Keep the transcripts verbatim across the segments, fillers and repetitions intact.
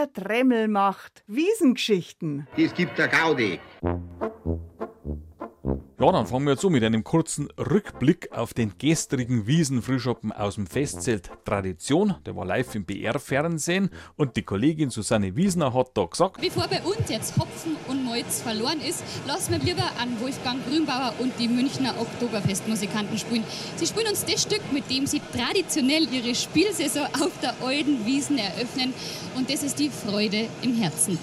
der Tremmel macht. Wiesengeschichten. Es gibt der Gaudi. Ja, dann fangen wir jetzt so mit einem kurzen Rückblick auf den gestrigen Wiesenfrühschoppen aus dem Festzelt Tradition. Der war live im B R-Fernsehen und die Kollegin Susanne Wiesner hat da gesagt: Bevor bei uns jetzt Hopfen und Malz verloren ist, lassen wir lieber an Wolfgang Grünbauer und die Münchner Oktoberfestmusikanten spielen. Sie spielen uns das Stück, mit dem sie traditionell ihre Spielsaison auf der alten Wiesn eröffnen. Und das ist die Freude im Herzen.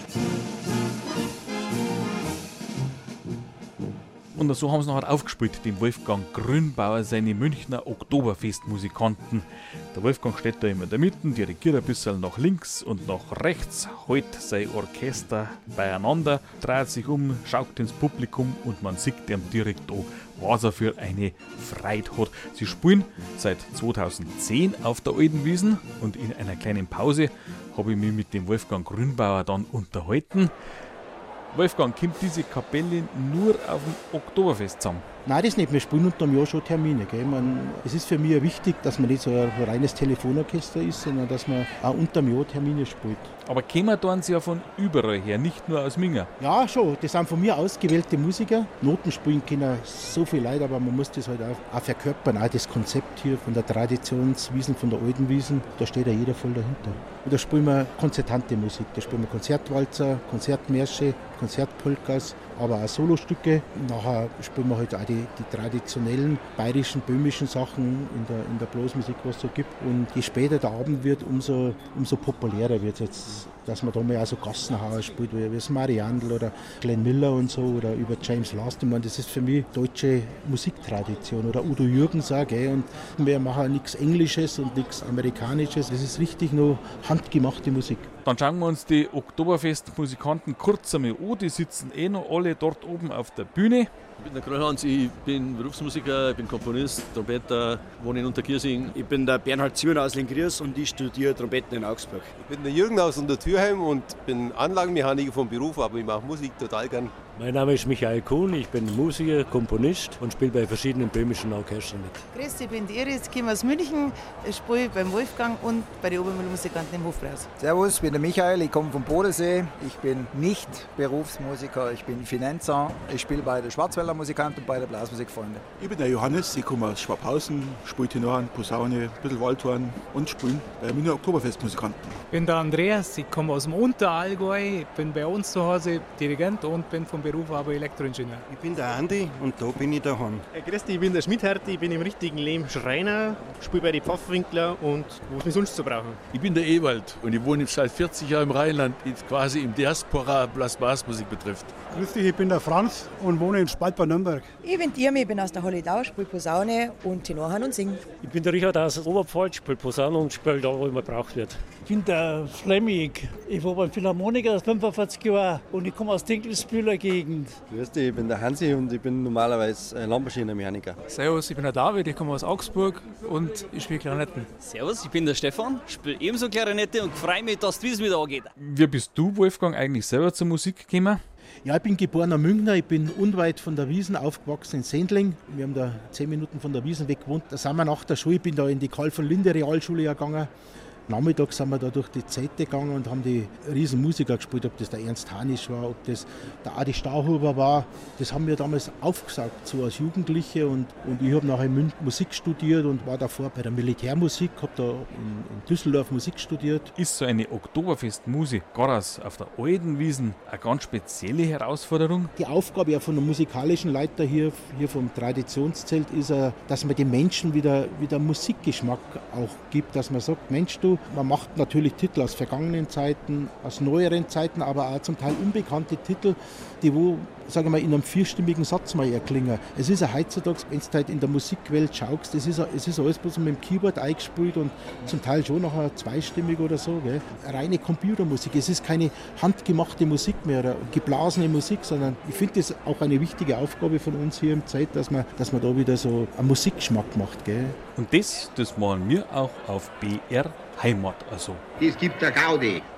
Und so haben sie nachher aufgespielt, den Wolfgang Grünbauer, seine Münchner Oktoberfestmusikanten. Der Wolfgang steht da immer in der Mitte, dirigiert ein bisschen nach links und nach rechts, hält sein Orchester beieinander, dreht sich um, schaut ins Publikum und man sieht ihm direkt an, was er für eine Freude hat. Sie spielen seit zweitausendzehn auf der alten Wiesn und in einer kleinen Pause habe ich mich mit dem Wolfgang Grünbauer dann unterhalten. Wolfgang, kommt diese Kapelle nur auf dem Oktoberfest zusammen? Nein, das nicht. Wir spielen unter dem Jahr schon Termine. Gell? Man, es ist für mich wichtig, dass man nicht so ein reines Telefonorchester ist, sondern dass man auch unter dem Jahr Termine spielt. Aber kommen tun sie ja von überall her, nicht nur aus Minga. Ja, schon. Das sind von mir ausgewählte Musiker. Noten spielen können so viel Leute, aber man muss das halt auch, auch verkörpern. Auch das Konzept hier von der Traditionswiesn, von der alten Wiesn, da steht ja jeder voll dahinter. Und da spielen wir konzertante Musik. Da spielen wir Konzertwalzer, Konzertmärsche, Konzertpolkas, aber auch Solostücke. Nachher spielen wir halt auch die, die traditionellen bayerischen, böhmischen Sachen in der, in der Blasmusik, was es so gibt. Und je später der Abend wird, umso, umso populärer wird es jetzt, dass man da mal auch so Gassenhauer spielt, wie das Mariandl oder Glenn Miller und so, oder über James Last. Ich meine, das ist für mich deutsche Musiktradition. Oder Udo Jürgens auch, gell? Und wir machen nichts Englisches und nichts Amerikanisches. Das ist richtig nur handgemachte Musik. Dann schauen wir uns die Oktoberfestmusikanten kurz einmal an. Die sitzen eh noch alle dort oben auf der Bühne. Ich bin der Grönhans, ich bin Berufsmusiker, ich bin Komponist, Trompeter, wohne in Unterkiersing. Ich bin der Bernhard Zürn aus Lengries und ich studiere Trompeten in Augsburg. Ich bin der Jürgen aus Untertürheim und bin Anlagenmechaniker vom Beruf, aber ich mache Musik total gern. Mein Name ist Michael Kuhn, ich bin Musiker, Komponist und spiele bei verschiedenen böhmischen Orchestern mit. Grüß dich, ich bin die Iris, ich komme aus München, ich spiele beim Wolfgang und bei den Obermühlmusikanten im Hofbräus. Servus, ich bin der Michael, ich komme vom Bodensee. Ich bin nicht Berufsmusiker, ich bin Finanzer. Ich spiele bei der Schwarzwälder Musikanten und bei der Blasmusikfreunde. Ich bin der Johannes, ich komme aus Schwabhausen, spiele Tenor, Posaune, ein bisschen Waldhorn und spiele bei Münchner Oktoberfestmusikanten. Ich bin der Andreas, ich komme aus dem Unterallgäu, ich bin bei uns zu Hause Dirigent und bin vom Beruf aber Elektroingenieur. Ich bin der Andi und da bin ich daheim. Hey, grüß dich, ich bin der Schmidharti, ich bin im richtigen Leben Schreiner, spiele bei den Pfaffenwinkler und wo es mich sonst zu brauchen. Ich bin der Ewald und ich wohne seit vierzig Jahren im Rheinland, quasi im Diaspora, was Blasmusik betrifft. Grüß dich, ich bin der Franz und wohne in Spalt bei Nürnberg. Ich bin Irmi, ich bin aus der Holledau, spiele Posaune und Tenorhorn und Sing. Ich bin der Richard aus Oberpfalz, spiele Posaune und spiele da, wo immer gebraucht wird. Ich bin der Flemmig, ich war beim Philharmoniker seit fünfundvierzig Jahren und ich komme aus Dinkelsbühler Gegend. Grüß dich, ich bin der Hansi und ich bin normalerweise Landmaschinenmechaniker. Servus, ich bin der David, ich komme aus Augsburg und ich spiele Klarinetten. Servus, ich bin der Stefan, spiele ebenso Klarinette und freue mich, dass die Wiesn wieder angeht. Wie bist du, Wolfgang, eigentlich selber zur Musik gekommen? Ja, ich bin geborener Münchner, ich bin unweit von der Wiesn aufgewachsen in Sendling. Wir haben da zehn Minuten von der Wiesn weg gewohnt. Da sind wir nach der Schule, ich bin da in die Karl von Linde Realschule gegangen. Nachmittags sind wir da durch die Zeite gegangen und haben die riesen Musiker gespielt, ob das der Ernst Hanisch war, ob das der Adi Stauhuber war. Das haben wir damals aufgesaugt, so als Jugendliche. Und, und ich habe nachher in München Musik studiert und war davor bei der Militärmusik, habe da in, in Düsseldorf Musik studiert. Ist so eine Oktoberfestmusik, gerade auf der alten Wiesn, eine ganz spezielle Herausforderung? Die Aufgabe ja von der musikalischen Leiter hier, hier vom Traditionszelt ist, dass man den Menschen wieder, wieder Musikgeschmack auch gibt, dass man sagt, Mensch, du, man macht natürlich Titel aus vergangenen Zeiten, aus neueren Zeiten, aber auch zum Teil unbekannte Titel, die wo, sagen wir mal, in einem vierstimmigen Satz mal erklingen. Es ist ja heutzutage, wenn du halt in der Musikwelt schaust, es ist, es ist alles bloß mit dem Keyboard eingespielt und zum Teil schon nachher zweistimmig oder so. Gell? Reine Computermusik, es ist keine handgemachte Musik mehr oder geblasene Musik, sondern ich finde das auch eine wichtige Aufgabe von uns hier im Zeit, dass man, dass man da wieder so einen Musikgeschmack macht. Gell? Und das, das machen wir auch auf B R Heimat. Also. Es gibt der Gaudi.